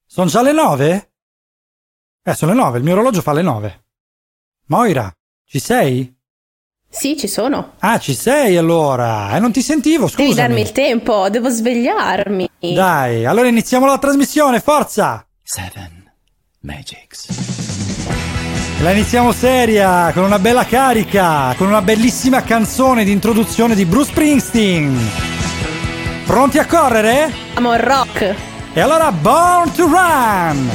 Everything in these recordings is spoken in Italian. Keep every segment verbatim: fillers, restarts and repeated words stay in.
Sono già le nove? Eh, sono le nove, il mio orologio fa le nove. Moira, ci sei? Sì, ci sono. Ah, ci sei allora. E eh, non ti sentivo, scusami. Devi darmi il tempo, devo svegliarmi. Dai, allora iniziamo la trasmissione, forza! Seven Magics. La iniziamo seria, con una bella carica, con una bellissima canzone di introduzione di Bruce Springsteen. Pronti a correre? Amo il rock. E allora, Born to Run!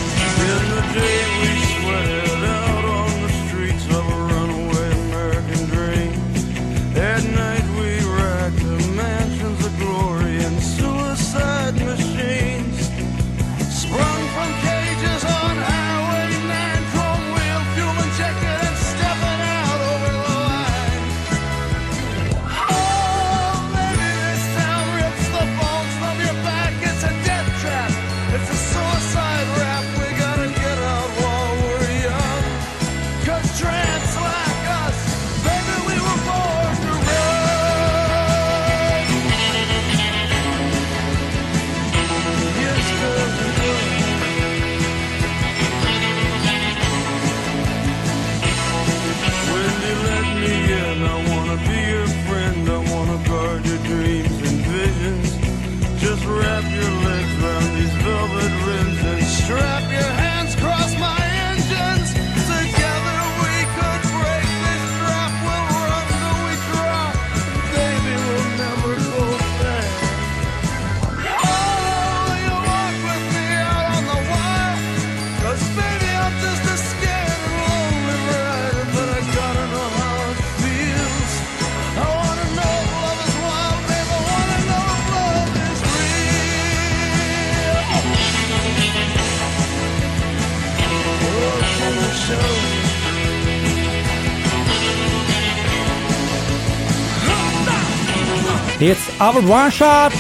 It's our one shot.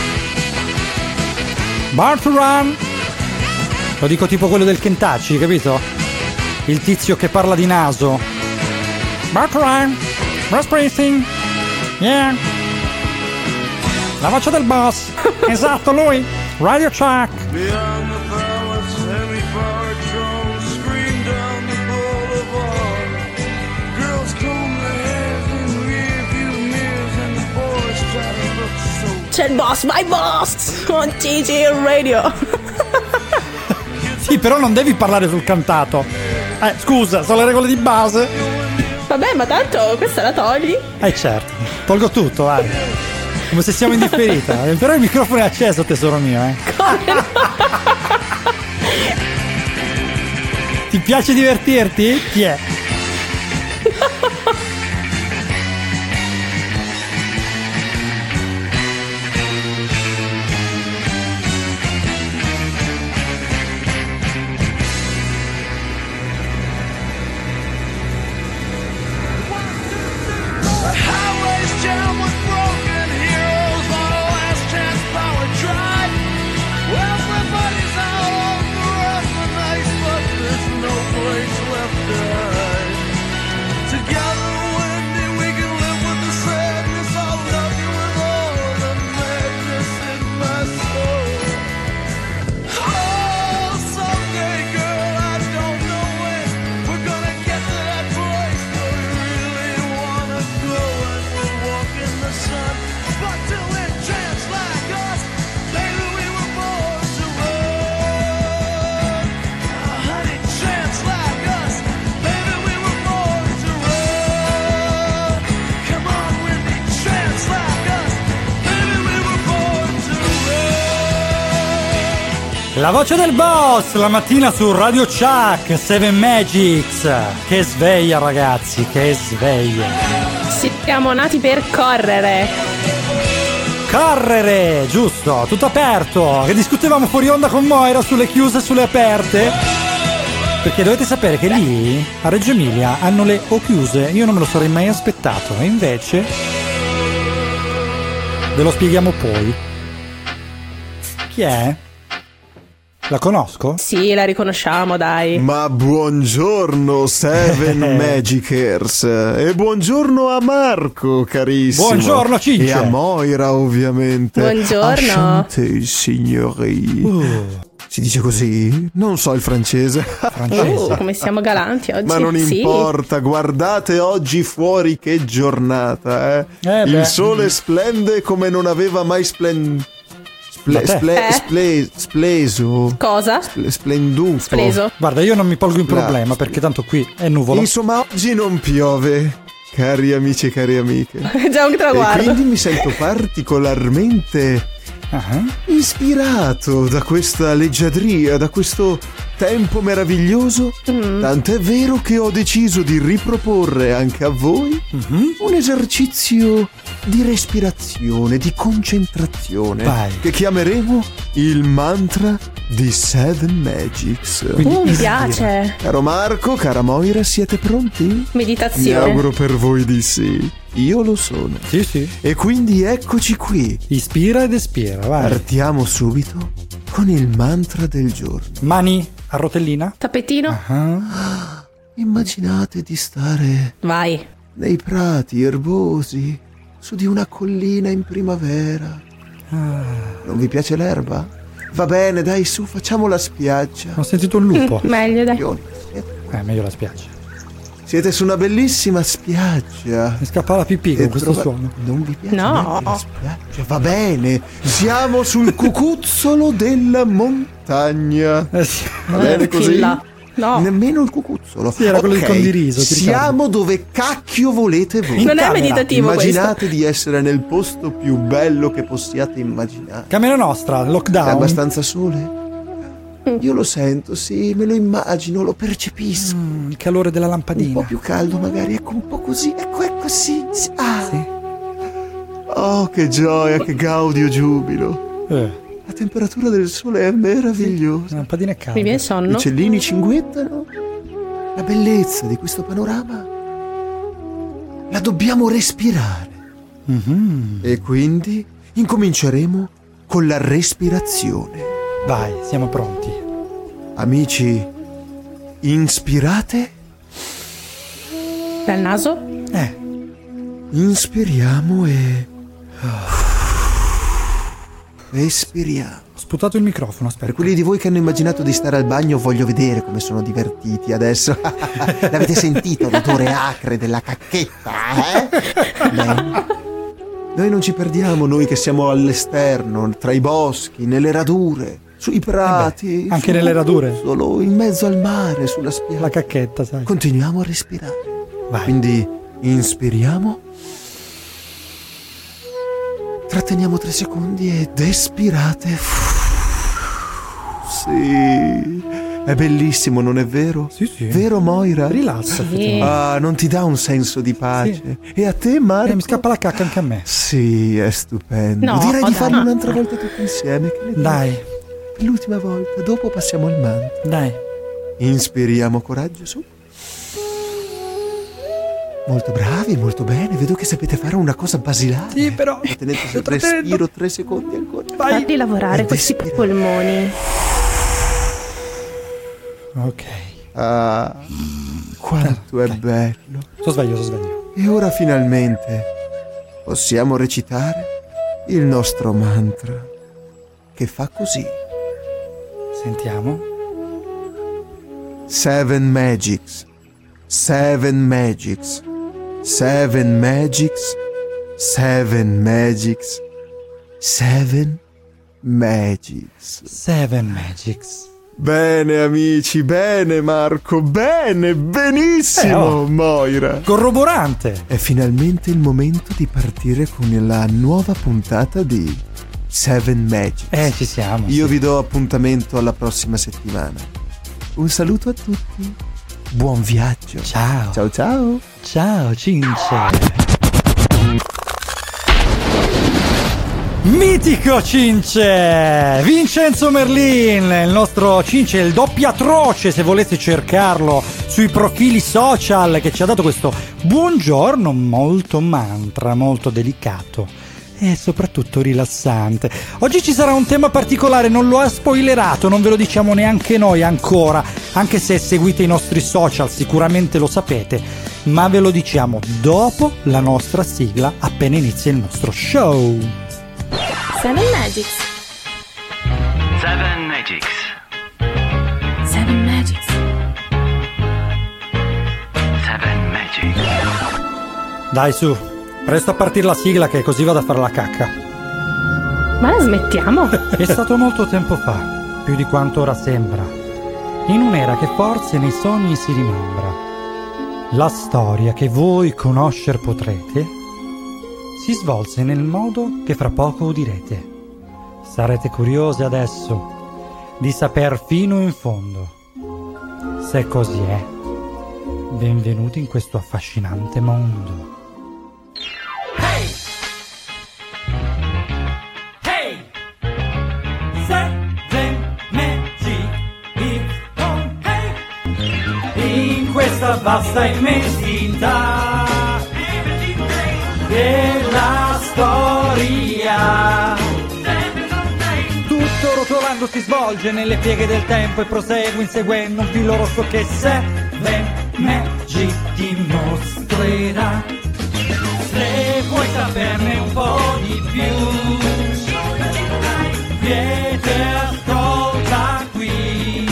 Born to Run. Lo dico tipo quello del Kentucky, capito? Il tizio che parla di naso. Born to Run. Bruce Springsteen. Yeah. La voce del boss. Esatto, lui. Radio Chuck. C'è il boss, my boss on T G Radio. Sì, però non devi parlare sul cantato. Eh, scusa, sono le regole di base. Vabbè, ma tanto questa la togli. Eh certo, tolgo tutto, vai. Come se siamo in differita. Però il microfono è acceso, tesoro mio, eh. Come no? Ti piace divertirti? Chi è? La voce del boss la mattina su Radio Chuck, Seven Magics. Che sveglia, ragazzi, che sveglia. Siamo nati per correre. Correre, giusto, tutto aperto. Che discutevamo fuori onda con Moira sulle chiuse e sulle aperte. Perché dovete sapere che lì, a Reggio Emilia, hanno le o chiuse. Io non me lo sarei mai aspettato. E invece ve lo spieghiamo poi. Chi è? La conosco? Sì, la riconosciamo, dai. Ma buongiorno Seven Magicers. E buongiorno a Marco, carissimo. Buongiorno, Cince. E a Moira, ovviamente. Buongiorno. Enchanté, signori. Uh. Si dice così? Non so il francese. Francese. Oh, come siamo galanti oggi. Ma non Sì. importa, guardate oggi fuori che giornata, eh. Eh Il beh. sole splende come non aveva mai splen... Da Sple... te. Sple... Eh? Sple... Spleso. Cosa? Sple- Splenduto. Preso. Guarda, io non mi polgo in Grazie. problema perché tanto qui è nuvolo. Insomma, oggi non piove, cari amici e cari amiche. È già un E traguardo. quindi mi sento particolarmente Ah, ispirato da questa leggiadria, da questo tempo meraviglioso. Mm. Tant'è vero che ho deciso di riproporre anche a voi mhm. un esercizio di respirazione, di concentrazione, Vai. che chiameremo il mantra di Seven Magics. Quindi Uh, mi ispira. piace. Caro Marco, cara Moira, siete pronti? Mi Meditazione. auguro per voi di sì. Io lo sono. Sì, sì. E quindi eccoci qui. Ispira ed espira, vai. Partiamo subito con il mantra del giorno. Mani a rotellina. Tappetino. Ah. Immaginate di stare Vai. nei prati erbosi, su di una collina in primavera. Non vi piace l'erba? Va bene, dai, su, facciamo la spiaggia. Ho sentito un lupo. Meglio, dai. Eh, meglio la spiaggia. Siete su una bellissima spiaggia. Mi scappa la pipì con E questo trova- suono. Non vi piace No. neanche la spiaggia? Va bene, siamo sul cucuzzolo della montagna. Eh sì. Va bene così? Fin là. No. Nemmeno il cucuzzolo. Sì, era quello del Ok, condiriso, ti Siamo dove cacchio volete voi. In Non è camera. meditativo Immaginate di essere nel posto più bello che possiate immaginare. Camera nostra, È lockdown. abbastanza sole? Io lo sento, sì, me lo immagino, lo percepisco. Mm, il calore della Un lampadina. po' più caldo magari, ecco, un po' così, ecco, ecco, sì, sì. Ah. Sì. Oh, che gioia, che gaudio, giubilo. Eh, La temperatura del sole è meravigliosa. la lampadina è calda. Mi viene I sonno. uccellini cinguettano. La bellezza di questo panorama la dobbiamo respirare. Mhm. E quindi incominceremo con la respirazione. Vai, siamo pronti. Amici, inspirate, Dal naso. Eh, inspiriamo e espiriamo. ho sputato il microfono, Per aspetta. quelli di voi che hanno immaginato di stare al bagno, voglio vedere come sono divertiti adesso. L'avete sentito l'odore acre della cacchetta, eh? Bene. Noi non ci perdiamo, noi che siamo all'esterno, tra i boschi, nelle radure, sui prati. Eh beh, anche sul nelle radure. Solo in mezzo al mare, sulla spiaggia. La cacchetta, sai. Continuiamo a respirare. Vai. Quindi inspiriamo, tratteniamo tre secondi ed espirate. Sì, è bellissimo, non è vero? Sì, sì. Vero, Moira? Rilassa. Sì. effettivamente. Ah, non ti dà un senso di pace? E a te, Marco? Eh, mi scappa la cacca anche a me. Sì, è stupendo. No, Direi di dai. farlo un'altra volta tutti insieme. Che ne dici? Dai, L'ultima volta, dopo passiamo al mantra. dai. Inspiriamo coraggio, su. Molto bravi, molto bene. Vedo che sapete fare una cosa basilare. Sì, però. Tenete sul sto trattenendo. respiro tre secondi ancora. Vai. Falli lavorare Ed questi espira. polmoni. Ok. Ah, quanto è Ok. bello. Sto sveglio, sto sveglio. E ora finalmente possiamo recitare il nostro mantra, che fa così. Sentiamo. Seven Magics, Seven Magics, Seven Magics, Seven Magics, Seven Magics. Seven Magics. Bene amici, bene Marco, bene, benissimo Eh, oh. Moira. Corroborante. È finalmente il momento di partire con la nuova puntata di Seven Magics. Eh, ci siamo. Io sì. vi do appuntamento alla prossima settimana. Un saluto a tutti. Buon viaggio. Ciao. Ciao ciao. Ciao, Cince. Mitico Cince! Vincenzo Merlin, il nostro Cince, il doppiatroce, se volete cercarlo sui profili social, che ci ha dato questo buongiorno molto mantra, molto delicato e soprattutto rilassante. Oggi ci sarà un tema particolare, non lo ha spoilerato, non ve lo diciamo neanche noi ancora, anche se seguite i nostri social sicuramente lo sapete, ma ve lo diciamo dopo la nostra sigla, appena inizia il nostro show. Seven Magics. Seven Magics. Dai su, presto a partire la sigla che così vado a fare la cacca. Ma la smettiamo? È stato molto tempo fa, più di quanto ora sembra, in un'era che forse nei sogni si rimembra. La storia che voi conoscer potrete si svolse nel modo che fra poco udirete. Sarete curiose adesso di saper fino in fondo. Se così è, benvenuti in questo affascinante mondo. Hey! Hey! Seven Magic It's on Hey! In questa vasta immensità della storia, tutto rotolando si svolge nelle pieghe del tempo e prosegue inseguendo un filo rosso che Seven Magic ti mostrerà. Se vuoi saperne un po' di più, vieni ascolta qui.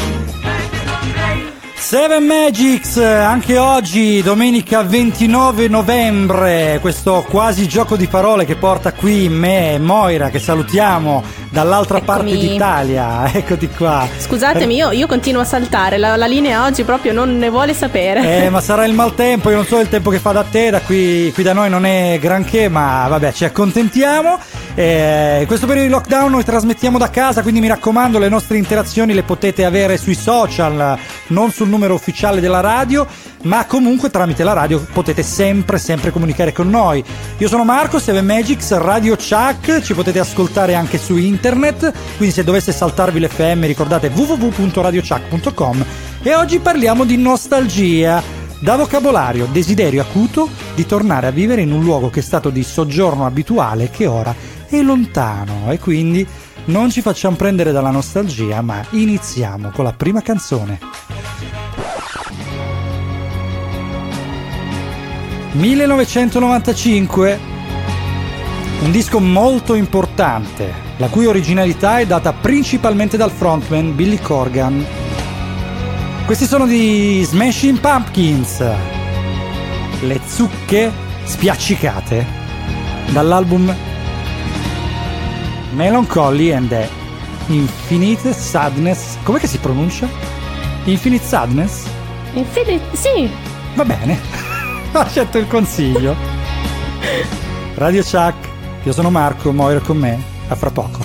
Seven Magics, anche oggi, domenica ventinove novembre, questo quasi gioco di parole che porta qui me e Moira, che salutiamo dall'altra Eccomi. parte d'Italia. Eccoti qua. Scusatemi, io, io continuo a saltare, la, la linea oggi proprio non ne vuole sapere. Eh, ma sarà il maltempo, io non so il tempo che fa da te, da qui, qui da noi non è granché, ma vabbè, ci accontentiamo. Eh, in questo periodo di lockdown noi trasmettiamo da casa, quindi mi raccomando, le nostre interazioni le potete avere sui social, non sul numero ufficiale della radio, ma comunque tramite la radio potete sempre sempre comunicare con noi. Io sono Marco, Seven Magics, Radio Chuck, ci potete ascoltare anche su internet, quindi se dovesse saltarvi l'F M ricordate w w w punto radio chuck punto com. E oggi parliamo di nostalgia. Da vocabolario, desiderio acuto di tornare a vivere in un luogo che è stato di soggiorno abituale, che ora è lontano, e quindi non ci facciamo prendere dalla nostalgia, ma iniziamo con la prima canzone. millenovecentonovantacinque, un disco molto importante, la cui originalità è data principalmente dal frontman Billy Corgan. Questi sono di Smashing Pumpkins, le zucche spiaccicate, dall'album Melancholy and the Infinite Sadness. Com'è che si pronuncia? Infinite Sadness? Infinite, sì. Va bene, accetto il consiglio. Radio Chuck, io sono Marco, Moira con me, a fra poco.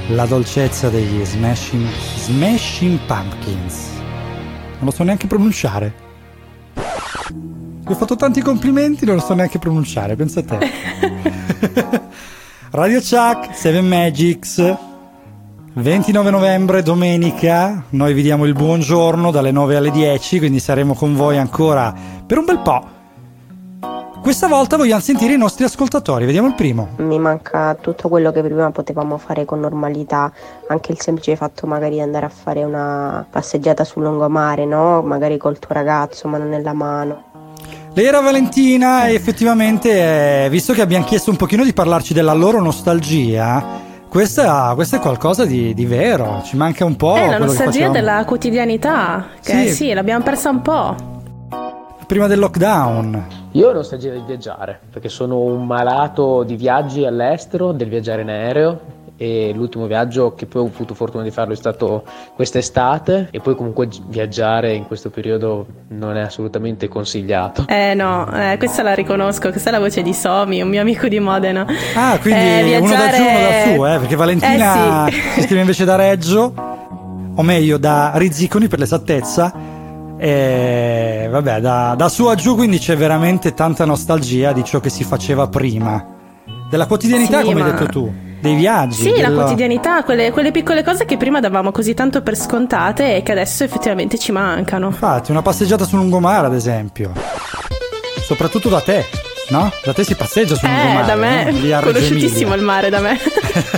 la dolcezza degli Smashing, Smashing Pumpkins. Non lo so neanche pronunciare. Vi ho fatto tanti complimenti, non lo so neanche pronunciare, pensa a te. Radio Chuck, Seven Magics, ventinove novembre, domenica. Noi vi diamo il buongiorno dalle nove alle dieci, quindi saremo con voi ancora per un bel po'. Questa volta vogliamo sentire i nostri ascoltatori, vediamo il primo. Mi manca tutto quello che prima potevamo fare con normalità, anche il semplice fatto magari di andare a fare una passeggiata sul lungomare, no? Magari col tuo ragazzo, mano nella mano. Lei era Valentina e effettivamente, eh, visto che abbiamo chiesto un pochino di parlarci della loro nostalgia, questa, questa è qualcosa di, di vero, ci manca un po'. È la nostalgia della quotidianità, che sì. sì, l'abbiamo persa un po'. Prima del lockdown. Io ho nostalgia di viaggiare, perché sono un malato di viaggi all'estero, del viaggiare in aereo, e l'ultimo viaggio che poi ho avuto fortuna di farlo è stato quest'estate, e poi comunque viaggiare in questo periodo non è assolutamente consigliato. Eh no, eh, questa la riconosco, questa è la voce di Somi, un mio amico di Modena. Ah, quindi eh, viaggiare... uno da giù, uno da su, eh, perché Valentina eh, sì. si scrive invece da Reggio, o meglio da Rizziconi per l'esattezza. E vabbè, da, da su a giù, quindi c'è veramente tanta nostalgia di ciò che si faceva prima, della quotidianità, sì, come ma... hai detto tu, dei viaggi. Sì, della... la quotidianità, quelle, quelle piccole cose che prima davamo così tanto per scontate e che adesso effettivamente ci mancano. Infatti, una passeggiata sul lungomare, ad esempio, soprattutto da te, no? Da te si passeggia sul eh, lungomare. Da me, no? conosciutissimo il mare da me.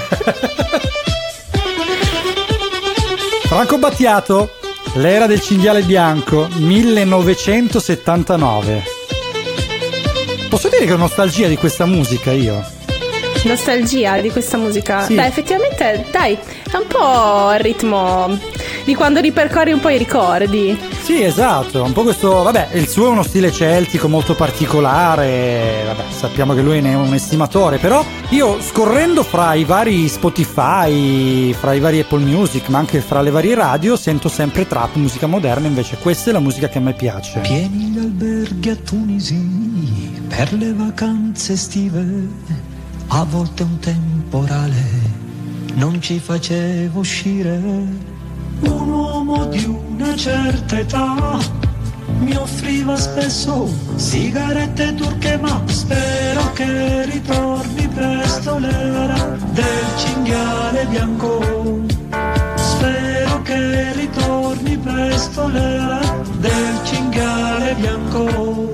Franco Battiato, l'era del cinghiale bianco, millenovecentosettantanove. Posso dire che ho nostalgia di questa musica io? Nostalgia di questa musica? Sì. Beh, effettivamente, dai, è un po' il ritmo di quando ripercorri un po' i ricordi. Sì, esatto, un po' questo, vabbè, il suo è uno stile celtico molto particolare, vabbè, sappiamo che lui ne è un estimatore, però io scorrendo fra i vari Spotify, fra i vari Apple Music, ma anche fra le varie radio, sento sempre trap, musica moderna, invece questa è la musica che a me piace. Pieni gli alberghi a Tunisi per le vacanze estive, a volte un temporale non ci faceva uscire. Un uomo di una certa età mi offriva spesso sigarette turche, ma spero che ritorni presto l'era del cinghiale bianco. Spero che ritorni presto l'era del cinghiale bianco.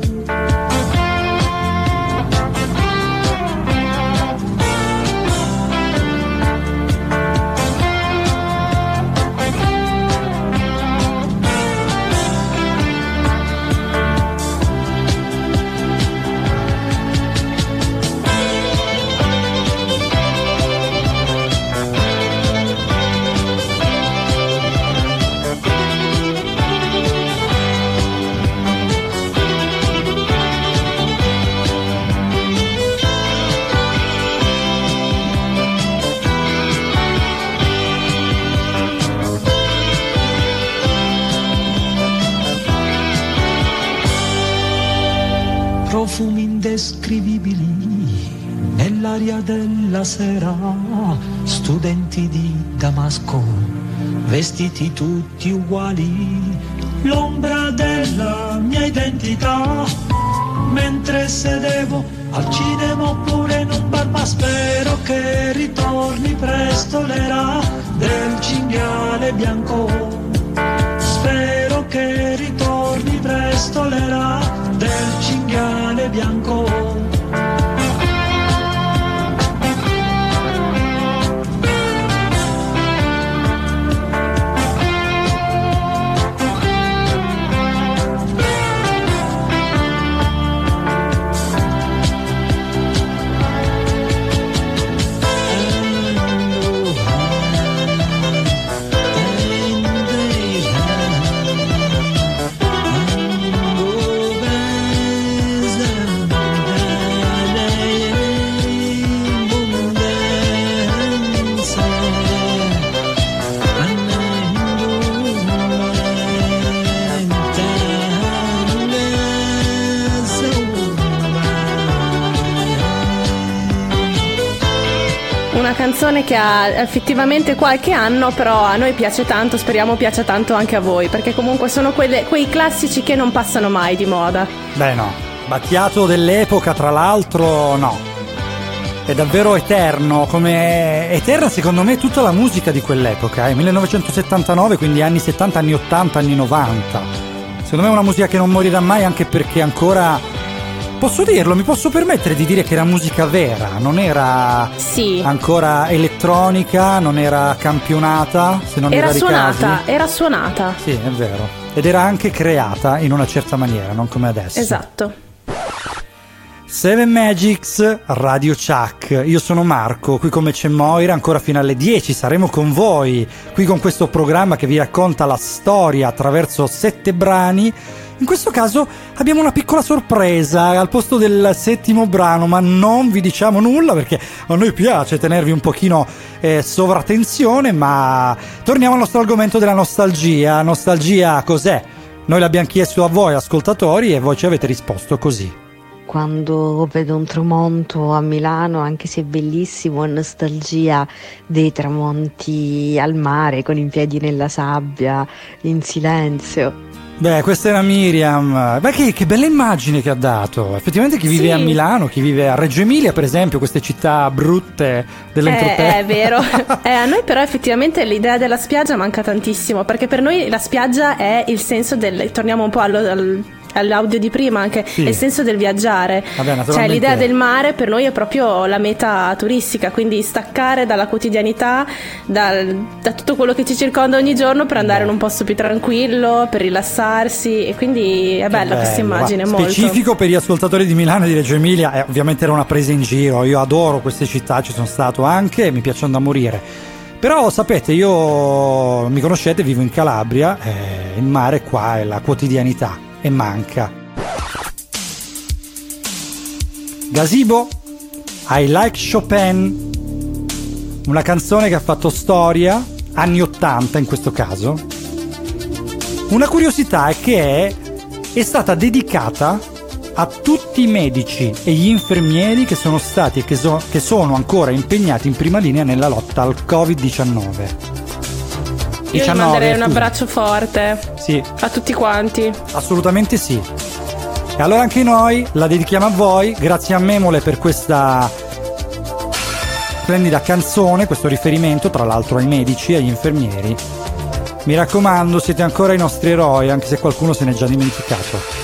Profumi indescrivibili nell'aria della sera, studenti di Damasco, vestiti tutti uguali, l'ombra della mia identità, mentre sedevo al cinema oppure in un bar, ma spero che ritorni presto l'era del cinghiale bianco. Spero che ritorni presto l'era del cinghiale bianco. una canzone che ha effettivamente qualche anno, però a noi piace tanto, speriamo piaccia tanto anche a voi, perché comunque sono quelle, quei classici che non passano mai di moda. Beh no, Battiato dell'epoca, tra l'altro, no. È davvero eterno, come è eterna secondo me tutta la musica di quell'epoca, eh? millenovecentosettantanove, quindi anni settanta, anni ottanta, anni novanta. Secondo me è una musica che non morirà mai, anche perché ancora, posso dirlo, mi posso permettere di dire che era musica vera, non era sì. ancora elettronica, non era campionata, se non era era suonata, casi. era suonata. Sì, è vero. Ed era anche creata in una certa maniera, non come adesso. Esatto. Seven Magics, Radio Chuck. Io sono Marco, qui come c'è Moira, ancora fino alle dieci saremo con voi, qui con questo programma che vi racconta la storia attraverso sette brani. In questo caso abbiamo una piccola sorpresa al posto del settimo brano, ma non vi diciamo nulla perché a noi piace tenervi un pochino eh, sovratensione, ma torniamo al nostro argomento della nostalgia. Nostalgia cos'è? Noi l'abbiamo chiesto a voi ascoltatori e voi ci avete risposto così. Quando vedo un tramonto a Milano, anche se è bellissimo, ho nostalgia dei tramonti al mare, con i piedi nella sabbia, in silenzio. Beh, questa era Miriam. Beh, che, che bella immagine che ha dato. Effettivamente chi vive sì. a Milano, chi vive a Reggio Emilia, per esempio, queste città brutte dell'entroterra. Eh, è vero. eh, a noi però effettivamente l'idea della spiaggia manca tantissimo, perché per noi la spiaggia è il senso del... Torniamo un po' allo, al... all'audio di prima, anche sì. il senso del viaggiare. Vabbè, cioè l'idea del mare per noi è proprio la meta turistica, quindi staccare dalla quotidianità, dal, da tutto quello che ci circonda ogni giorno per andare Beh. in un posto più tranquillo, per rilassarsi, e quindi è bella questa immagine. Va. Molto Specifico per gli ascoltatori di Milano e di Reggio Emilia, eh, ovviamente era una presa in giro. Io adoro queste città, ci sono stato anche e mi piacciono da morire. Però sapete, io mi conoscete, vivo in Calabria, eh, il mare qua è la quotidianità e manca. Gazebo, I Like Chopin, una canzone che ha fatto storia, anni ottanta in questo caso. Una curiosità è che è, è stata dedicata a tutti i medici e gli infermieri che sono stati e che, so, che sono ancora impegnati in prima linea nella lotta al covid diciannove. Io gli manderei un abbraccio forte sì. a tutti quanti. Assolutamente sì. E allora anche noi la dedichiamo a voi. Grazie a Memole per questa splendida canzone, questo riferimento tra l'altro ai medici e agli infermieri. Mi raccomando, siete ancora i nostri eroi, anche se qualcuno se n'è già dimenticato.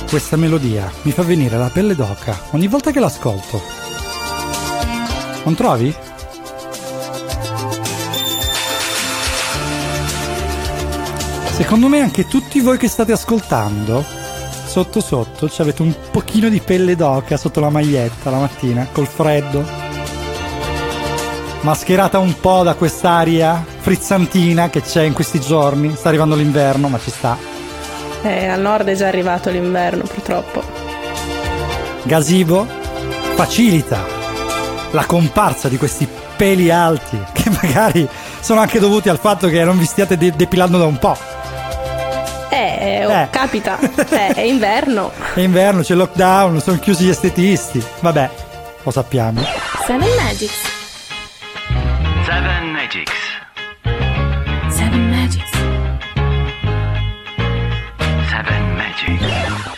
Questa melodia mi fa venire la pelle d'oca ogni volta che l'ascolto. Non trovi? Secondo me anche tutti voi che state ascoltando, sotto sotto ci avete un pochino di pelle d'oca sotto la maglietta la mattina, col freddo, mascherata un po' da quest'aria frizzantina che c'è in questi giorni. Sta arrivando l'inverno, ma ci sta. Eh, al nord è già arrivato l'inverno, purtroppo. Gazebo facilita la comparsa di questi peli alti, che magari sono anche dovuti al fatto che non vi stiate de- depilando da un po'. Eh, oh, Eh. capita, eh, è inverno. È inverno, c'è il lockdown, sono chiusi gli estetisti. Vabbè, lo sappiamo. Seven Magics. Seven Magics. Seven Magics. Seven Magics.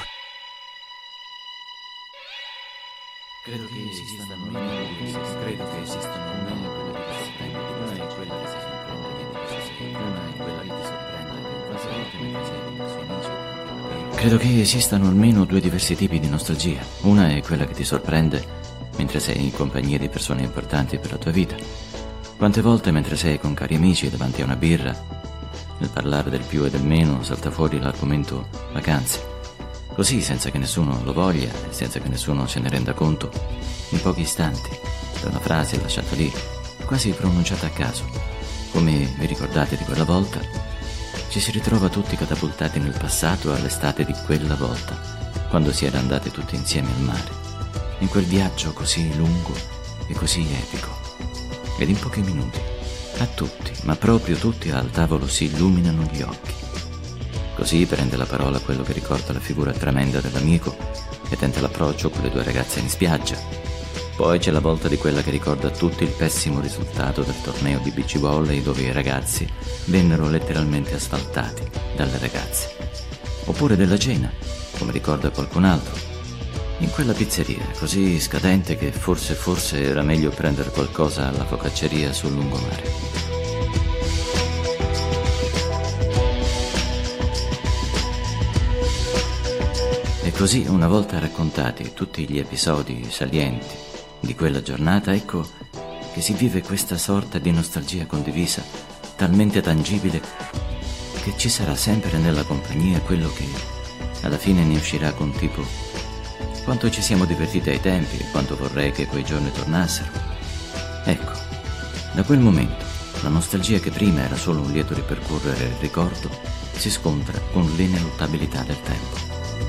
Credo che esistano meno, credo che esistano meno quelle che si prende di una è quella che si sorprende che ti sei, una è quella che ti sorprende che quasi volte mentre sei con i tuoi amici. Credo che esistano almeno due diversi tipi di nostalgia. Una è quella che ti sorprende mentre sei in compagnia di persone importanti per la tua vita. Quante volte mentre sei con cari amici davanti a una birra, nel parlare del più e del meno salta fuori l'argomento vacanze. Così, senza che nessuno lo voglia e senza che nessuno se ne renda conto, in pochi istanti, da una frase lasciata lì, quasi pronunciata a caso, come vi ricordate di quella volta, ci si ritrova tutti catapultati nel passato all'estate di quella volta, quando si era andati tutti insieme al mare, in quel viaggio così lungo e così epico. Ed in pochi minuti, a tutti, ma proprio tutti al tavolo si illuminano gli occhi. Così prende la parola quello che ricorda la figura tremenda dell'amico e tenta l'approccio con le due ragazze in spiaggia. Poi c'è la volta di quella che ricorda a tutti il pessimo risultato del torneo di beach volley dove i ragazzi vennero letteralmente asfaltati dalle ragazze. Oppure della cena, come ricorda qualcun altro, in quella pizzeria così scadente che forse forse era meglio prendere qualcosa alla focacceria sul lungomare. E così, una volta raccontati tutti gli episodi salienti di quella giornata, ecco che si vive questa sorta di nostalgia condivisa, talmente tangibile che ci sarà sempre nella compagnia quello che alla fine ne uscirà con tipo: quanto ci siamo divertiti ai tempi e quanto vorrei che quei giorni tornassero. Ecco, da quel momento la nostalgia che prima era solo un lieto ripercorrere il ricordo si scontra con l'ineluttabilità del tempo.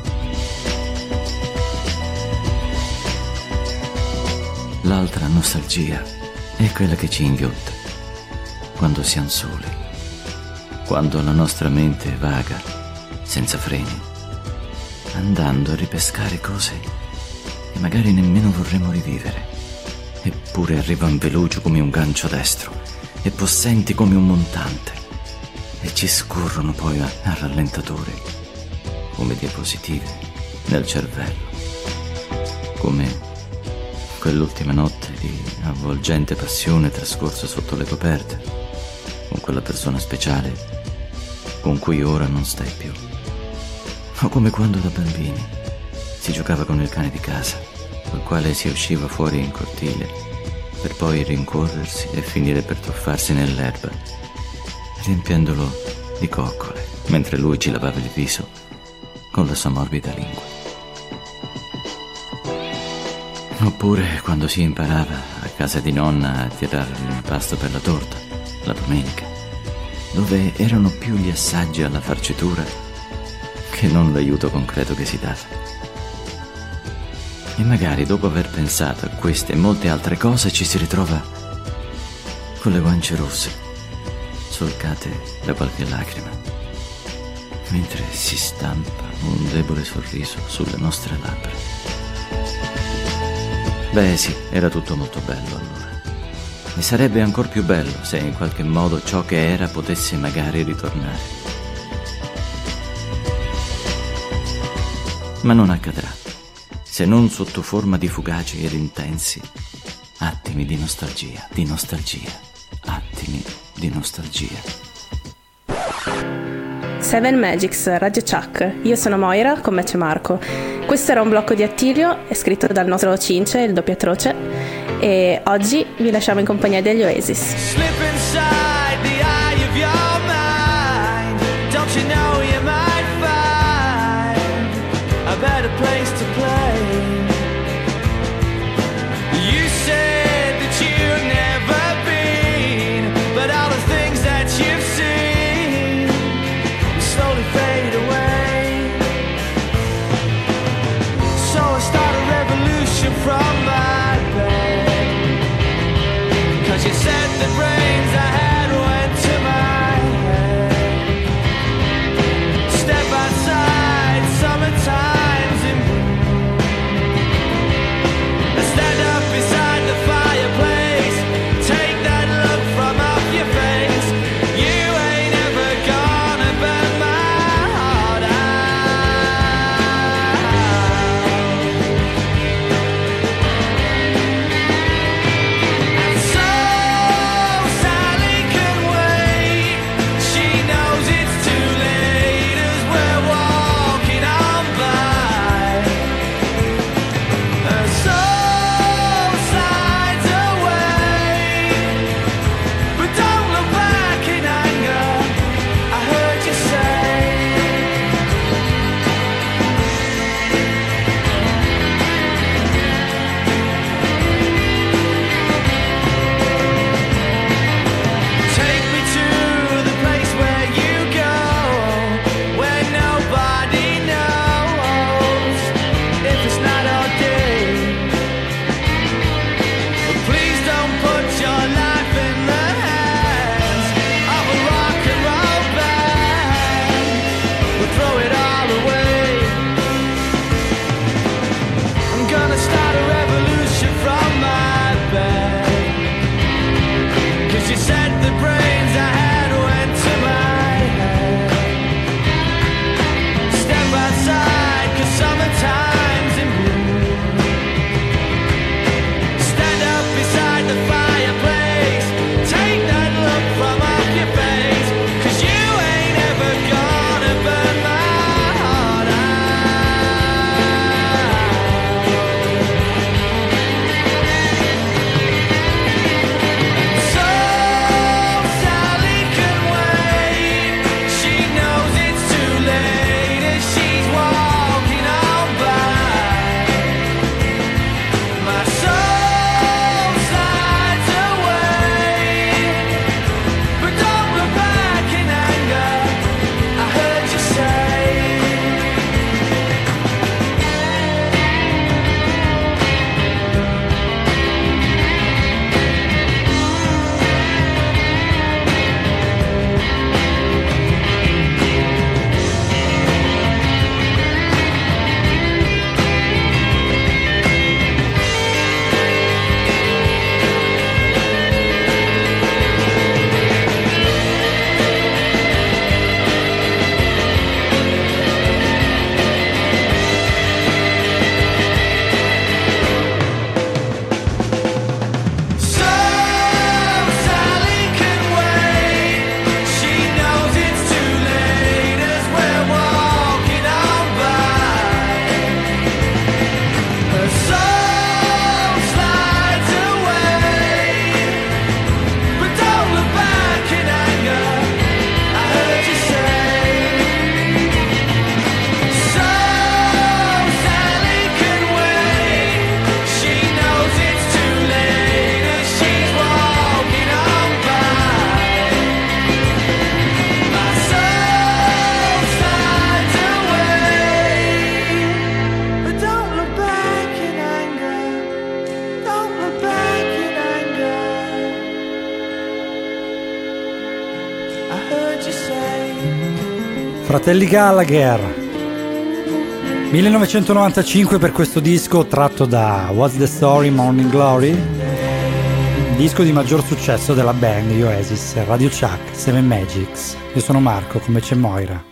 L'altra nostalgia è quella che ci inghiotta quando siamo soli, quando la nostra mente vaga senza freni, andando a ripescare cose che magari nemmeno vorremmo rivivere, eppure arrivan veloci come un gancio destro e possenti come un montante e ci scorrono poi a, a rallentatore come diapositive nel cervello, come quell'ultima notte di avvolgente passione trascorsa sotto le coperte, con quella persona speciale con cui ora non stai più. O come quando da bambini si giocava con il cane di casa, col quale si usciva fuori in cortile, per poi rincorrersi e finire per tuffarsi nell'erba, riempiendolo di coccole, mentre lui ci lavava il viso con la sua morbida lingua. Oppure quando si imparava a casa di nonna a tirare l'impasto per la torta, la domenica, dove erano più gli assaggi alla farcitura che non l'aiuto concreto che si dava. E magari dopo aver pensato a queste e molte altre cose ci si ritrova con le guance rosse, solcate da qualche lacrima, mentre si stampa un debole sorriso sulle nostre labbra. Beh sì, era tutto molto bello allora. E sarebbe ancor più bello se in qualche modo ciò che era potesse magari ritornare. Ma non accadrà, se non sotto forma di fugaci ed intensi attimi di nostalgia, di nostalgia, attimi di nostalgia. Seven Magics, Radio Chuck. Io sono Moira, con me c'è Marco. Questo era un blocco di Attilio, è scritto dal nostro Cince, il doppio atroce, e oggi vi lasciamo in compagnia degli Oasis. Slip inside the eye of your mind. Don't you know you might find a better place to play? You said that you've never been, but all the things that you've seen will slowly fade away. So I start a revolution from my bed, 'cause you said the brains I had went to my head. Step outside, summertime's in bloom. I stand up beside the fireplace, take that look from off your face. You ain't ever gonna burn my heart out. And so Sally can wait, she knows it's too late as we're walking on by. Her soul slides away, but don't look back in anger, I heard you say. Take me to the place where you go, where nobody knows if it's night or day. But please don't put your life in the hands of a rock and roll band. We'll throw it all away. I'm gonna start a revolution from my bed, 'cause you said the brains I had went to my head. Step outside, 'cause summertime's in bloom. Stand up beside the fireplace, take that look from off your face, 'cause you ain't ever gonna burn my heart out. So Sally can wait, she knows it's too late as she's walking on by. My soul slides away, but don't look back in anger, I heard you say. So Sally can wait, she knows it's too late as we're walking on by. Her soul slides away, but don't look back in anger, I heard you say. So Sally can wait, she knows it's too late as she's walking on by. My soul slides away, but don't look back in anger, don't look back in anger, I heard you say. Fratelli Gallagher, millenovecentonovantacinque per questo disco tratto da What's the Story, Morning Glory, disco di maggior successo della band gli Oasis, Radio Chuck, Seven Magics. Io sono Marco, come c'è Moira.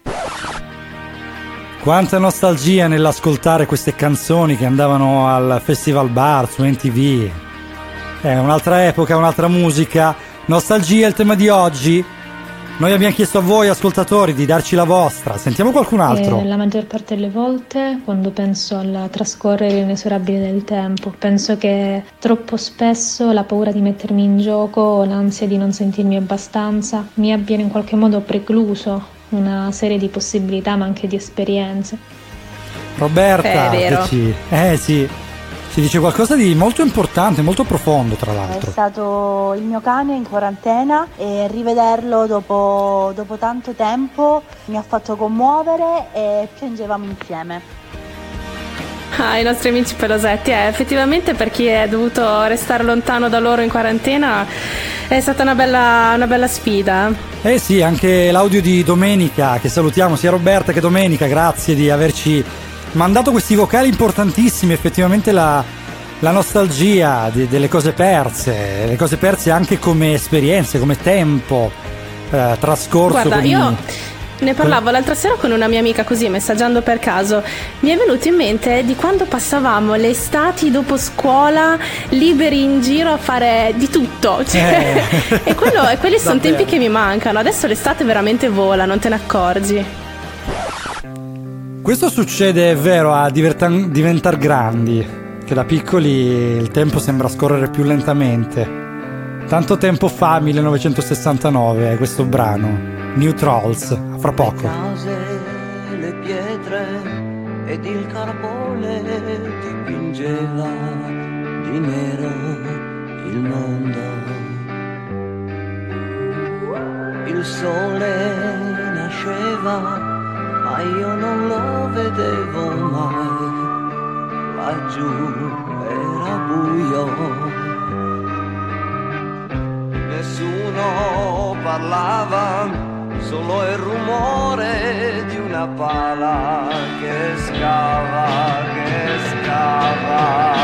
Quanta nostalgia nell'ascoltare queste canzoni che andavano al festival bar su M T V. È un'altra epoca, un'altra musica. Nostalgia è il tema di oggi. Noi abbiamo chiesto a voi ascoltatori di darci la vostra. Sentiamo qualcun altro. Eh, la maggior parte delle volte quando penso al trascorrere inesorabile del tempo, penso che troppo spesso la paura di mettermi in gioco o l'ansia di non sentirmi abbastanza mi abbiano in qualche modo precluso una serie di possibilità ma anche di esperienze. Roberta, È vero. che ci... eh sì, ci dice qualcosa di molto importante, molto profondo tra È l'altro. stato il mio cane in quarantena e rivederlo dopo, dopo tanto tempo mi ha fatto commuovere e piangevamo insieme. Ah, i nostri amici pelosetti, eh, effettivamente per chi è dovuto restare lontano da loro in quarantena è stata una bella, una bella sfida. Eh sì, anche l'audio di Domenica, che salutiamo, sia Roberta che Domenica, grazie di averci mandato questi vocali importantissimi. Effettivamente la, la nostalgia di, delle cose perse, le cose perse anche come esperienze, come tempo eh, trascorso. Guarda, con i- io ne parlavo l'altra sera con una mia amica così, messaggiando per caso. Mi è venuto in mente di quando passavamo le estati dopo scuola liberi in giro a fare di tutto. Cioè, Eh. e, quello, e quelli sono Davvero. tempi che mi mancano. Adesso l'estate veramente vola, non te ne accorgi. Questo succede, è vero, a diventar, diventar grandi, che da piccoli il tempo sembra scorrere più lentamente. Tanto tempo fa, millenovecentosessantanove, questo brano, New Trolls, a fra poco. case, le pietre ed il carbone dipingeva di nero il mondo. Il sole nasceva, ma io non lo vedevo mai. Laggiù era buio. Nessuno parlava, solo il rumore di una pala che scava, che scava.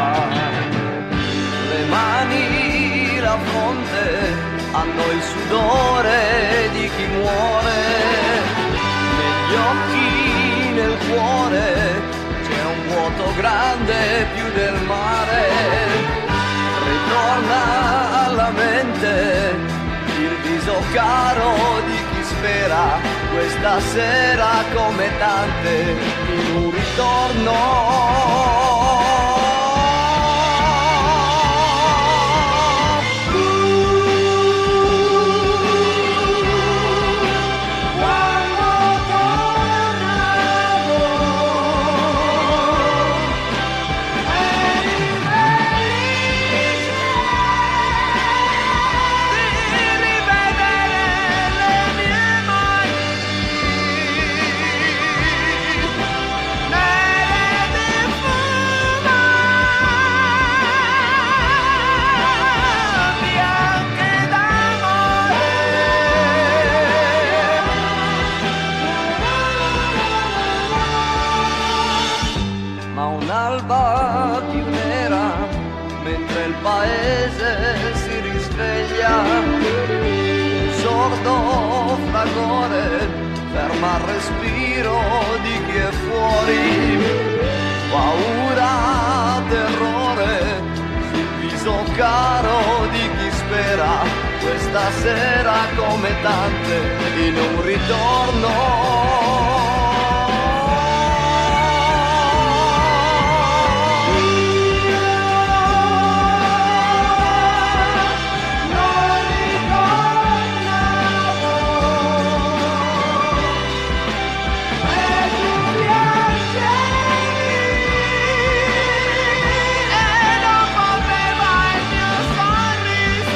Le mani, la fronte, hanno il sudore di chi muore. Negli occhi, nel cuore, c'è un vuoto grande più del mare. Ritorna alla mente il viso caro di chi spera questa sera come tante in un ritorno. Ma un'alba più nera mentre il paese si risveglia, un sordo fragore ferma il respiro di chi è fuori, paura, terrore sul viso caro di chi spera questa sera come tante in un ritorno.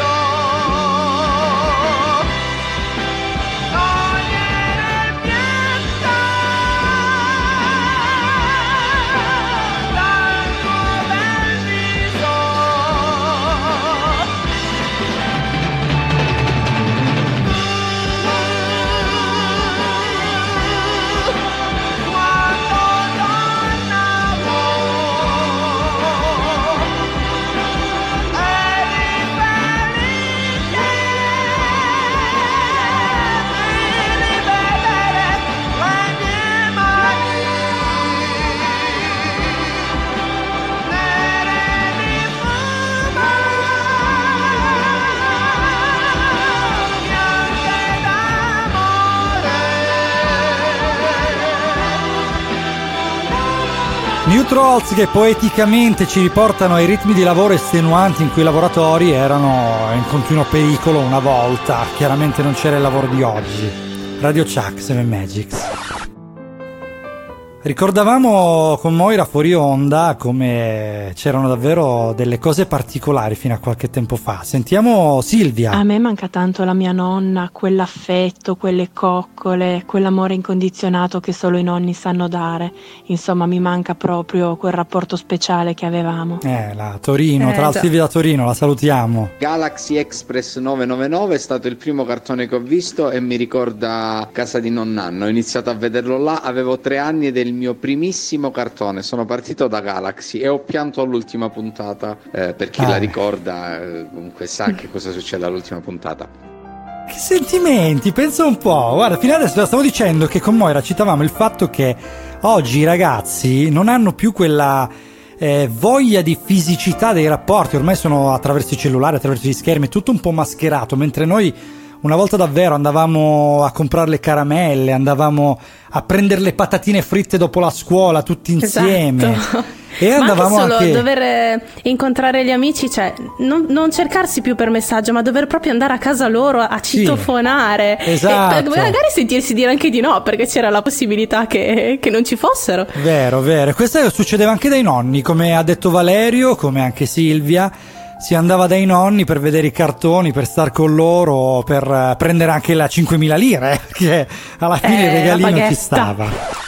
Togliere il pianto New Trolls che poeticamente ci riportano ai ritmi di lavoro estenuanti in cui i lavoratori erano in continuo pericolo una volta. Chiaramente non c'era il lavoro di oggi. Radio Chuck, Seven Magics. Ricordavamo con Moira fuori onda come c'erano davvero delle cose particolari fino a qualche tempo fa. Sentiamo Silvia. A me manca tanto la mia nonna, quell'affetto, quelle coccole, quell'amore incondizionato che solo i nonni sanno dare. Insomma, mi manca proprio quel rapporto speciale che avevamo. Eh, la Torino, Eh, tra la già. Silvia da Torino, la salutiamo. Galaxy Express novecentonovantanove è stato il primo cartone che ho visto e mi ricorda casa di nonnanno. Ho iniziato a vederlo là, avevo tre anni ed è il mio primissimo cartone. Sono partito da Galaxy e ho pianto all'ultima puntata. Eh, per chi Ah. la ricorda, eh, comunque sa che cosa succede all'ultima puntata. Che sentimenti, pensa un po'. Guarda, fino adesso stavo dicendo che con Moira citavamo il fatto che oggi i ragazzi non hanno più quella eh, voglia di fisicità dei rapporti. Ormai sono attraverso i cellulari, attraverso gli schermi, è tutto un po' mascherato, mentre noi una volta davvero andavamo a comprare le caramelle, andavamo a prendere le patatine fritte dopo la scuola tutti insieme. Esatto. E Ma andavamo anche solo anche... dover eh, incontrare gli amici, cioè non, non cercarsi più per messaggio, ma dover proprio andare a casa loro a Sì. citofonare. Esatto. E magari sentirsi dire anche di no, perché c'era la possibilità che, che non ci fossero. Vero, vero. Questo succedeva anche dai nonni, come ha detto Valerio, come anche Silvia. Si andava dai nonni per vedere i cartoni, per star con loro, per eh, prendere anche la cinquemila lire, eh, perché alla fine Eh, il la regalino ci paghetta. stava.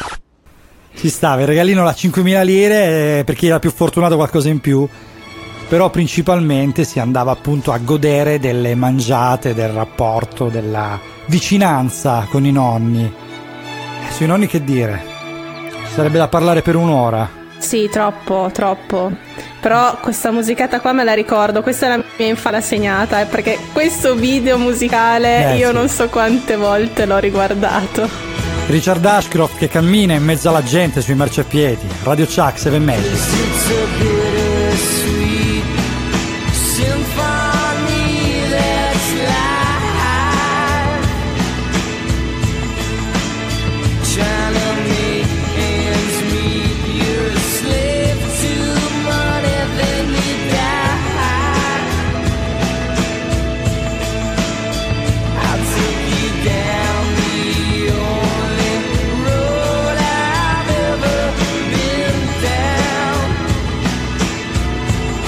Ci stava, il regalino la cinquemila lire, eh, per chi era più fortunato qualcosa in più, però principalmente si andava appunto a godere delle mangiate, del rapporto, della vicinanza con i nonni. Eh, sui nonni che dire? Ci sarebbe da parlare per un'ora. Sì, troppo, troppo. Però questa musicata qua me la ricordo, questa è la mia infala segnata, eh, perché questo video musicale Eh, io sì. non so quante volte l'ho riguardato. Richard Ashcroft che cammina in mezzo alla gente sui marciapiedi. Radio Chuck, Seven Magic. It's a bittersweet symphony that's life. Trying to make ends meet, you're a slave to money, then you die. I'll take you down the only road I've ever been down.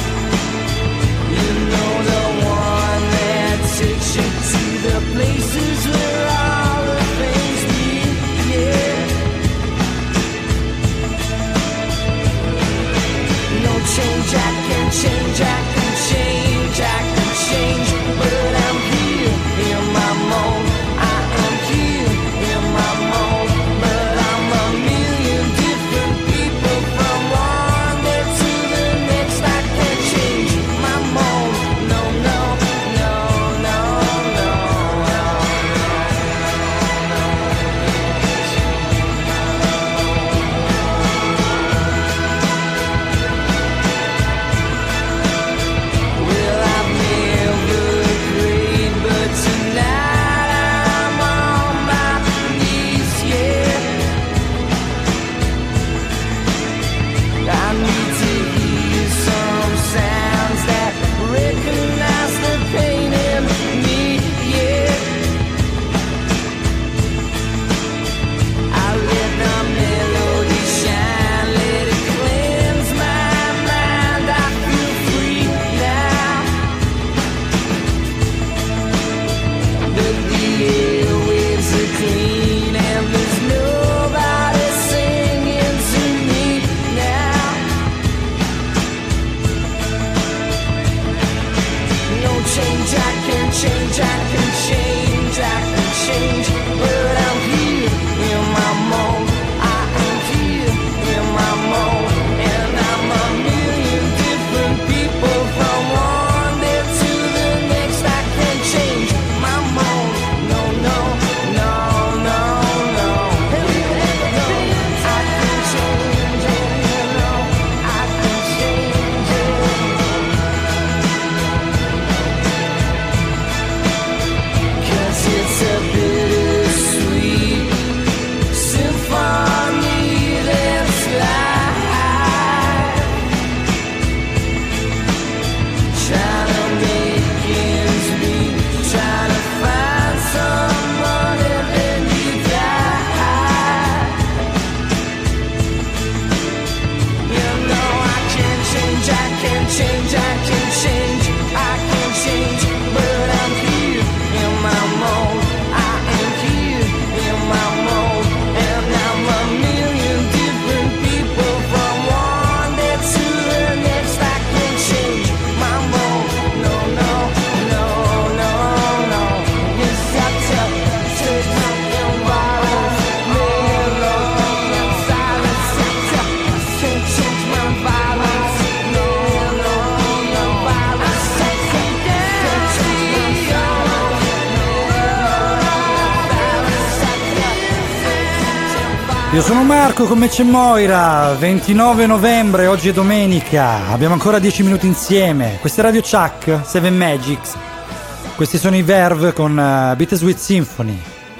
Io sono Marco, con me c'è Moira. ventinove novembre, oggi è domenica. Abbiamo ancora dieci minuti insieme. Questo è Radio Chuck, Seven Magics. Questi sono i Verve con uh, Bittersweet Symphony.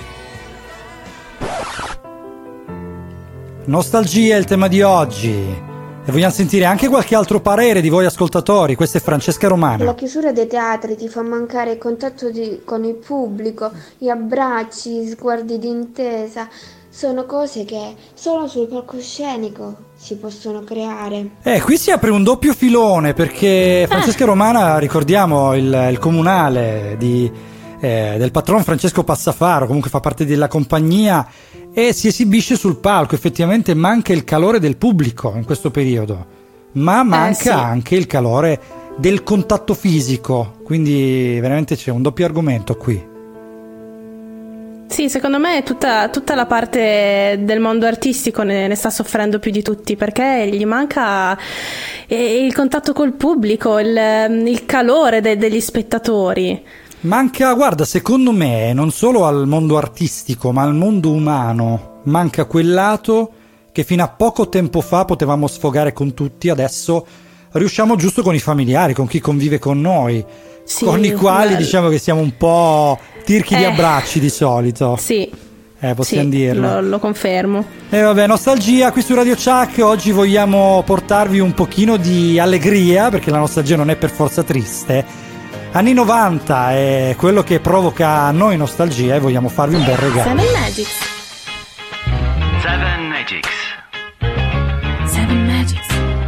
Nostalgia è il tema di oggi. E vogliamo sentire anche qualche altro parere di voi ascoltatori. Questa è Francesca Romana. La chiusura dei teatri ti fa mancare il contatto di, con il pubblico, gli abbracci, sguardi d'intesa. Sono cose che solo sul palcoscenico si possono creare. Eh, qui si apre un doppio filone, perché Francesca Romana, ricordiamo, il, il comunale di, eh, del patron Francesco Passafaro, comunque fa parte della compagnia e si esibisce sul palco. Effettivamente manca il calore del pubblico in questo periodo, ma manca eh, sì. anche il calore del contatto fisico, quindi veramente c'è un doppio argomento qui. Sì, secondo me tutta, tutta la parte del mondo artistico ne, ne sta soffrendo più di tutti, perché gli manca il contatto col pubblico, il, il calore de, degli spettatori. Manca, guarda, secondo me, non solo al mondo artistico, ma al mondo umano. Manca quel lato che fino a poco tempo fa potevamo sfogare con tutti, adesso riusciamo giusto con i familiari, con chi convive con noi. Sì, con i quali bello. Diciamo che siamo un po' tirchi eh, di abbracci di solito. Sì, eh, possiamo sì, dirlo. Lo, lo confermo. E eh, vabbè, nostalgia qui su Radio Chuck. Oggi vogliamo portarvi un pochino di allegria, perché la nostalgia non è per forza triste. Anni novanta è quello che provoca a noi nostalgia e vogliamo farvi un bel regalo. Seven Magics. Seven Magics. Seven Magics.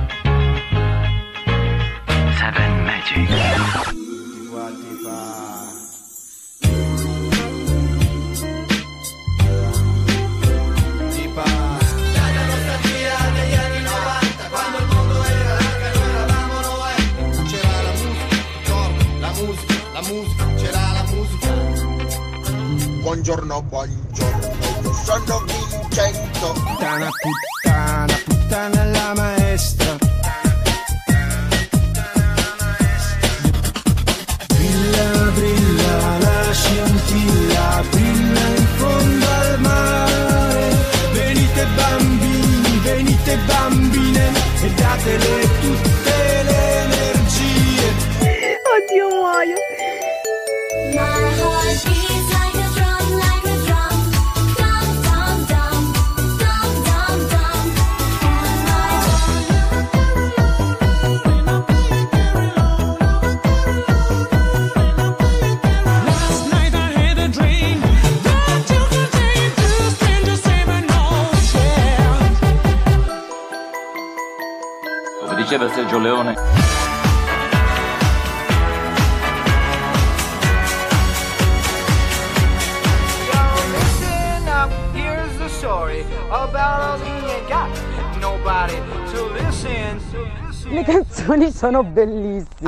Seven Magics. Buongiorno, buongiorno, io sono Vincenzo. Puttana, puttana, puttana la maestra. Brilla, brilla la scintilla, brilla in fondo al mare. Venite bambini, venite bambine e datele tutte le energie. Oddio, muoio. My heart beats like a drum, like a drum. Dum, dum, dum. Dum, dum, dum. Last night I had a dream that you could take to spend a seven Come diceva Sergio Leone. Le canzoni sono bellissime.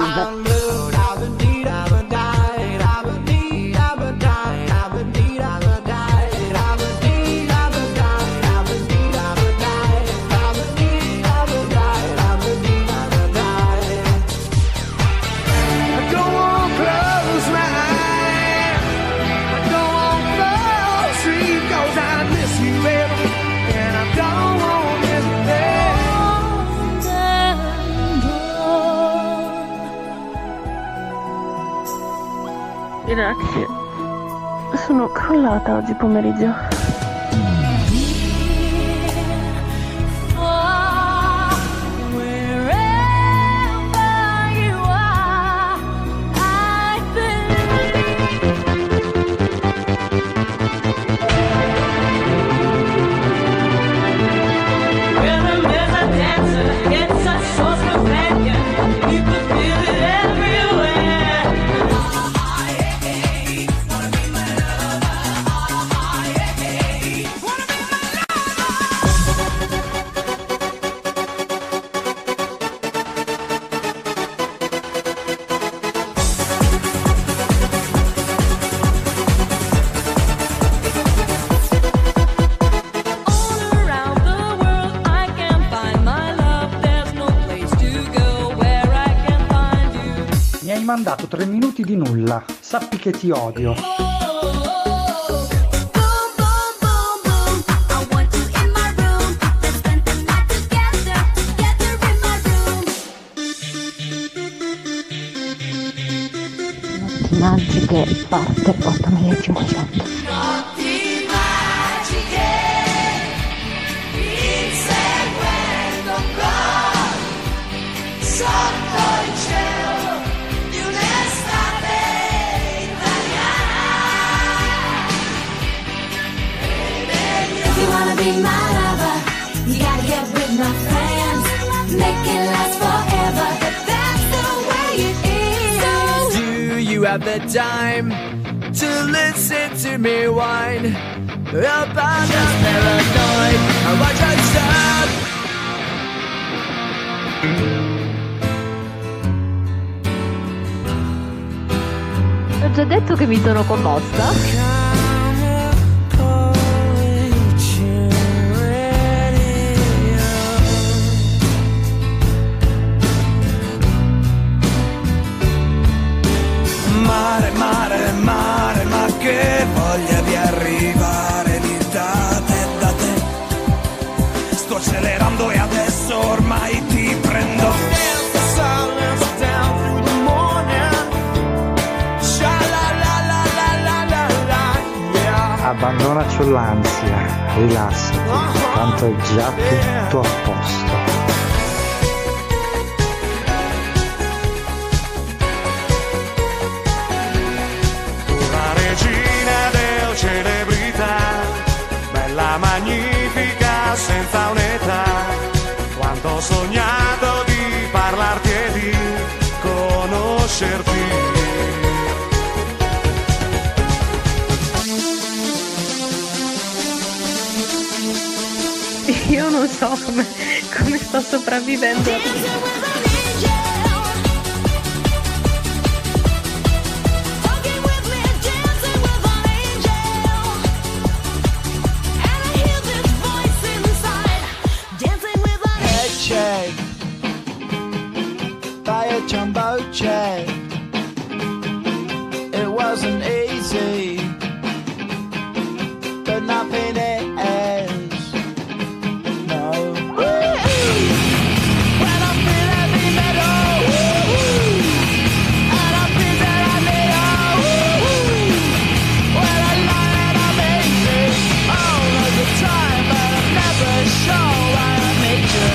Grazie. Sono crollata oggi pomeriggio. Mandato tre minuti di nulla, sappi che ti odio. I want you in my magiche parte portami l'ultimo shot. Notti magiche, inseguendo un gol sotto il cielo di un'estate italiana. If you wanna be my lover, you gotta get with my friends, make it last forever, but that's the way it is. Do you have the time to listen to me whine about this paranoid? I watch yourself. Ho già detto che mi sono commossa. Mare, mare, mare, ma che voglia di arrivare lì da te, da te. Sto accelerando e adesso ormai ti prendo. Abbandonaci l'ansia, rilassati, tanto è già tutto a posto. Regina del celebrità, bella magnifica senza un'età, quanto ho sognato di parlarti e di conoscerti. Io non so come, come sto sopravvivendo. By a jumbo jet, it wasn't easy, but nothing is. No. When I feel heavy metal, and I feel that I need all. When I lie and I'm easy all of the time, but I'm never sure why I need you.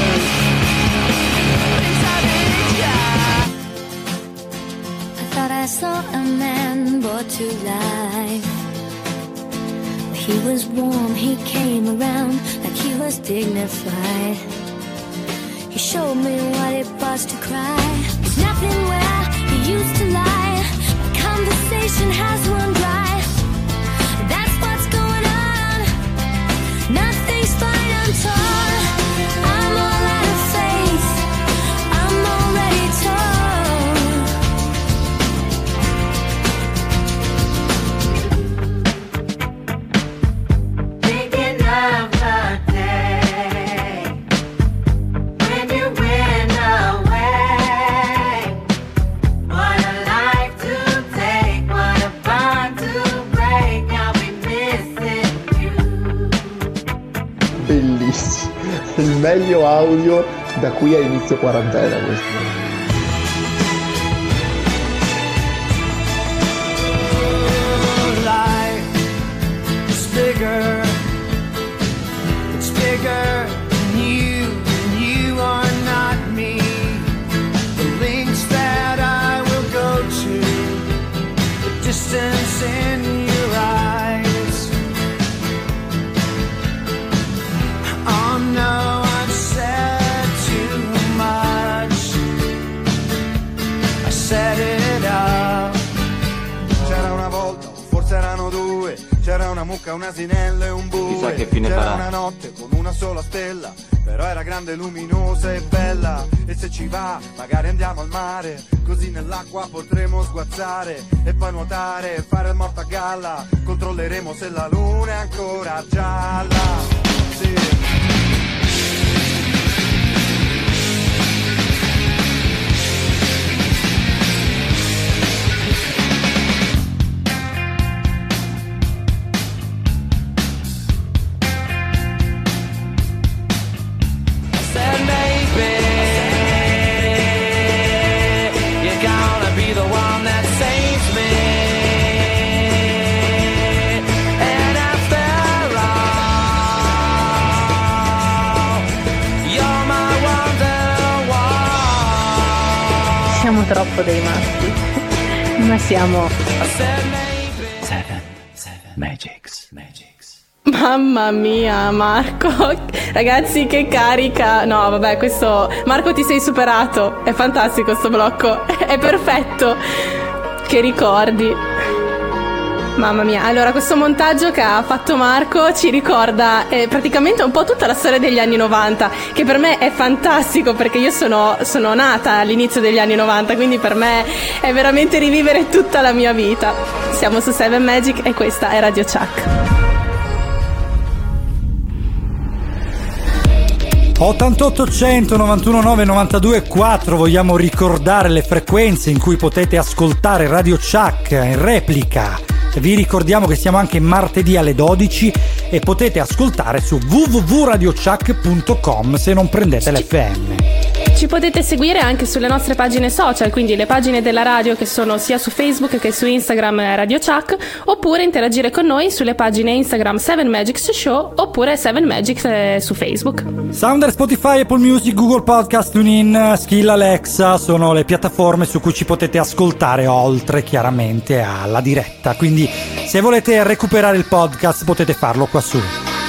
I saw a man brought to life. He was warm, he came around like he was dignified. He showed me what it was to cry. There's nothing where he used to lie. My conversation has run dry. That's what's going on. Nothing's fine, I'm torn. I'm all out of faith. I'm already torn. Bellissimo, il meglio audio da qui a inizio quarantena questo. It's bigger, it's bigger than you, and you are not me. The links that I will go to, the distance in your eyes. Oh no, I've said too much, I set it up. C'era una volta, forse erano due, c'era una mucca, un asinello e un bue. Chissà che fine c'era farà. una notte con una sola stella, però era grande, luminosa e bella. E se ci va, magari andiamo al mare, così nell'acqua potremo sguazzare e poi nuotare e fare il morto a galla. Controlleremo se la luna è ancora gialla. Sì. You're gonna be the one that saves me. siamo troppo dei matti, ma siamo Seven, seven Magics, Magics. Mamma mia, Marco, ragazzi, che carica. No, vabbè, questo Marco, ti sei superato. È fantastico sto blocco, è perfetto. Che ricordi. Mamma mia, allora questo montaggio che ha fatto Marco ci ricorda eh, praticamente un po' tutta la storia degli anni novanta, che per me è fantastico perché io sono, sono nata all'inizio degli anni novanta, quindi per me è veramente rivivere tutta la mia vita. Siamo su Seven Magic e questa è Radio Chuck. ottantotto cento novantuno nove novantadue quattro, vogliamo ricordare le frequenze in cui potete ascoltare Radio Chuck in replica. Vi ricordiamo che siamo anche martedì alle dodici e potete ascoltare su w w w punto radio chuck punto com se non prendete l'F M. Ci potete seguire anche sulle nostre pagine social, quindi le pagine della radio che sono sia su Facebook che su Instagram Radio Chuck, oppure interagire con noi sulle pagine Instagram Seven Magics Show oppure Seven Magics eh, su Facebook. Sounder, Spotify, Apple Music, Google Podcast, TuneIn, Skill, Alexa sono le piattaforme su cui ci potete ascoltare oltre chiaramente alla diretta, quindi se volete recuperare il podcast potete farlo qua su.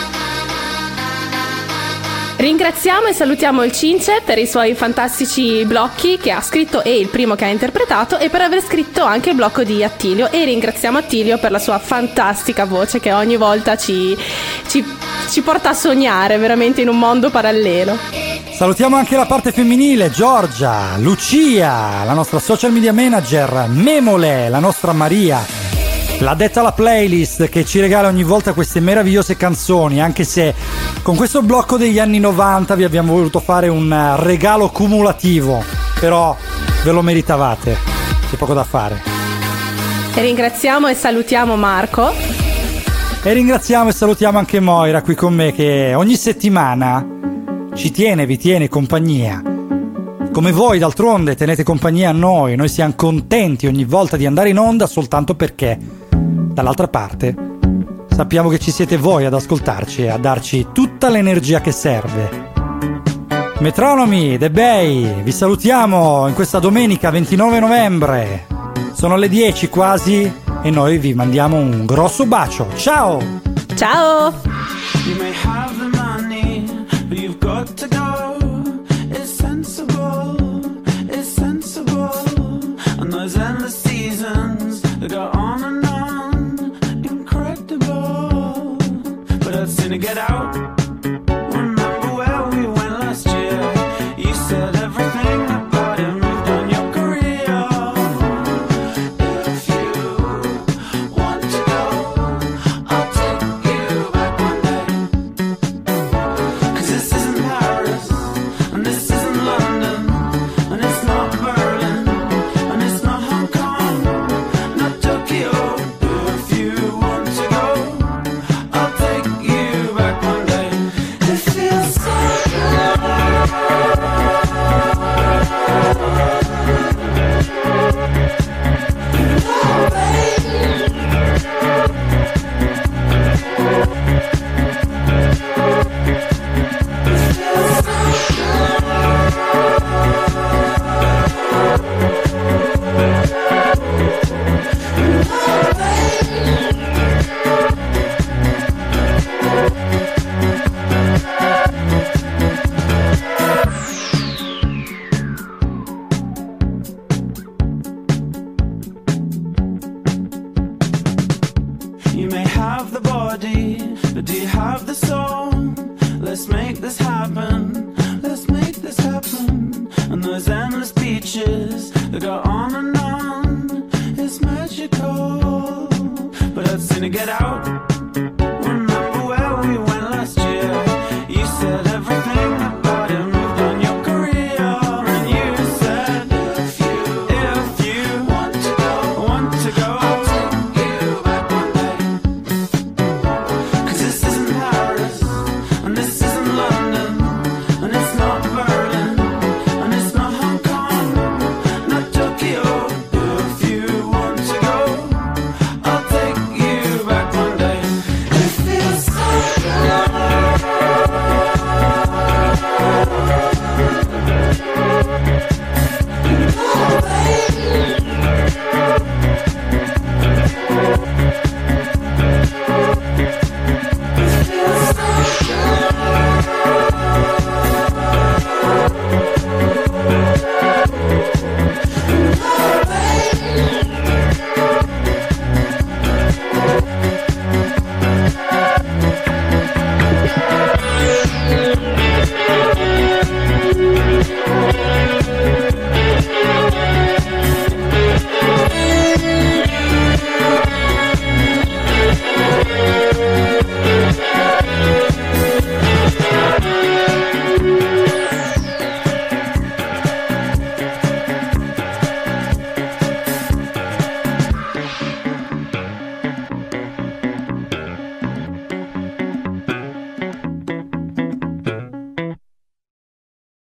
Ringraziamo e salutiamo il Cince per i suoi fantastici blocchi che ha scritto e il primo che ha interpretato, e per aver scritto anche il blocco di Attilio, e ringraziamo Attilio per la sua fantastica voce che ogni volta ci, ci, ci porta a sognare veramente in un mondo parallelo. Salutiamo anche la parte femminile, Giorgia, Lucia, la nostra social media manager, Memole, la nostra Maria, l'addetta alla playlist che ci regala ogni volta queste meravigliose canzoni, anche se con questo blocco degli anni novanta vi abbiamo voluto fare un regalo cumulativo, però ve lo meritavate, c'è poco da fare. E ringraziamo e salutiamo Marco. E ringraziamo e salutiamo anche Moira qui con me, che ogni settimana ci tiene, vi tiene compagnia. Come voi d'altronde tenete compagnia a noi, noi siamo contenti ogni volta di andare in onda soltanto perché dall'altra parte sappiamo che ci siete voi ad ascoltarci e a darci tutta l'energia che serve. Metronomi, The Bay, vi salutiamo in questa domenica ventinove novembre. Sono le dieci quasi e noi vi mandiamo un grosso bacio. Ciao! Ciao! You may have the money, but you've got to go. It's sensible, it's sensible. And those endless seasons that go on and on, incredible. But I'd sooner get out. Remember where we went last year? You said everything about it moved on your career. If you want to go, I'll take you back one day. 'Cause this isn't Paris, and this isn't London, and it's not Berlin, and it's not Hong Kong, not Tokyo. If you want to go, I'll take you back one day. It feels so You may have the body, but do you have the soul? Let's make this happen, let's make this happen. And those endless beaches that go on and on, it's magical. But I'd sooner get out.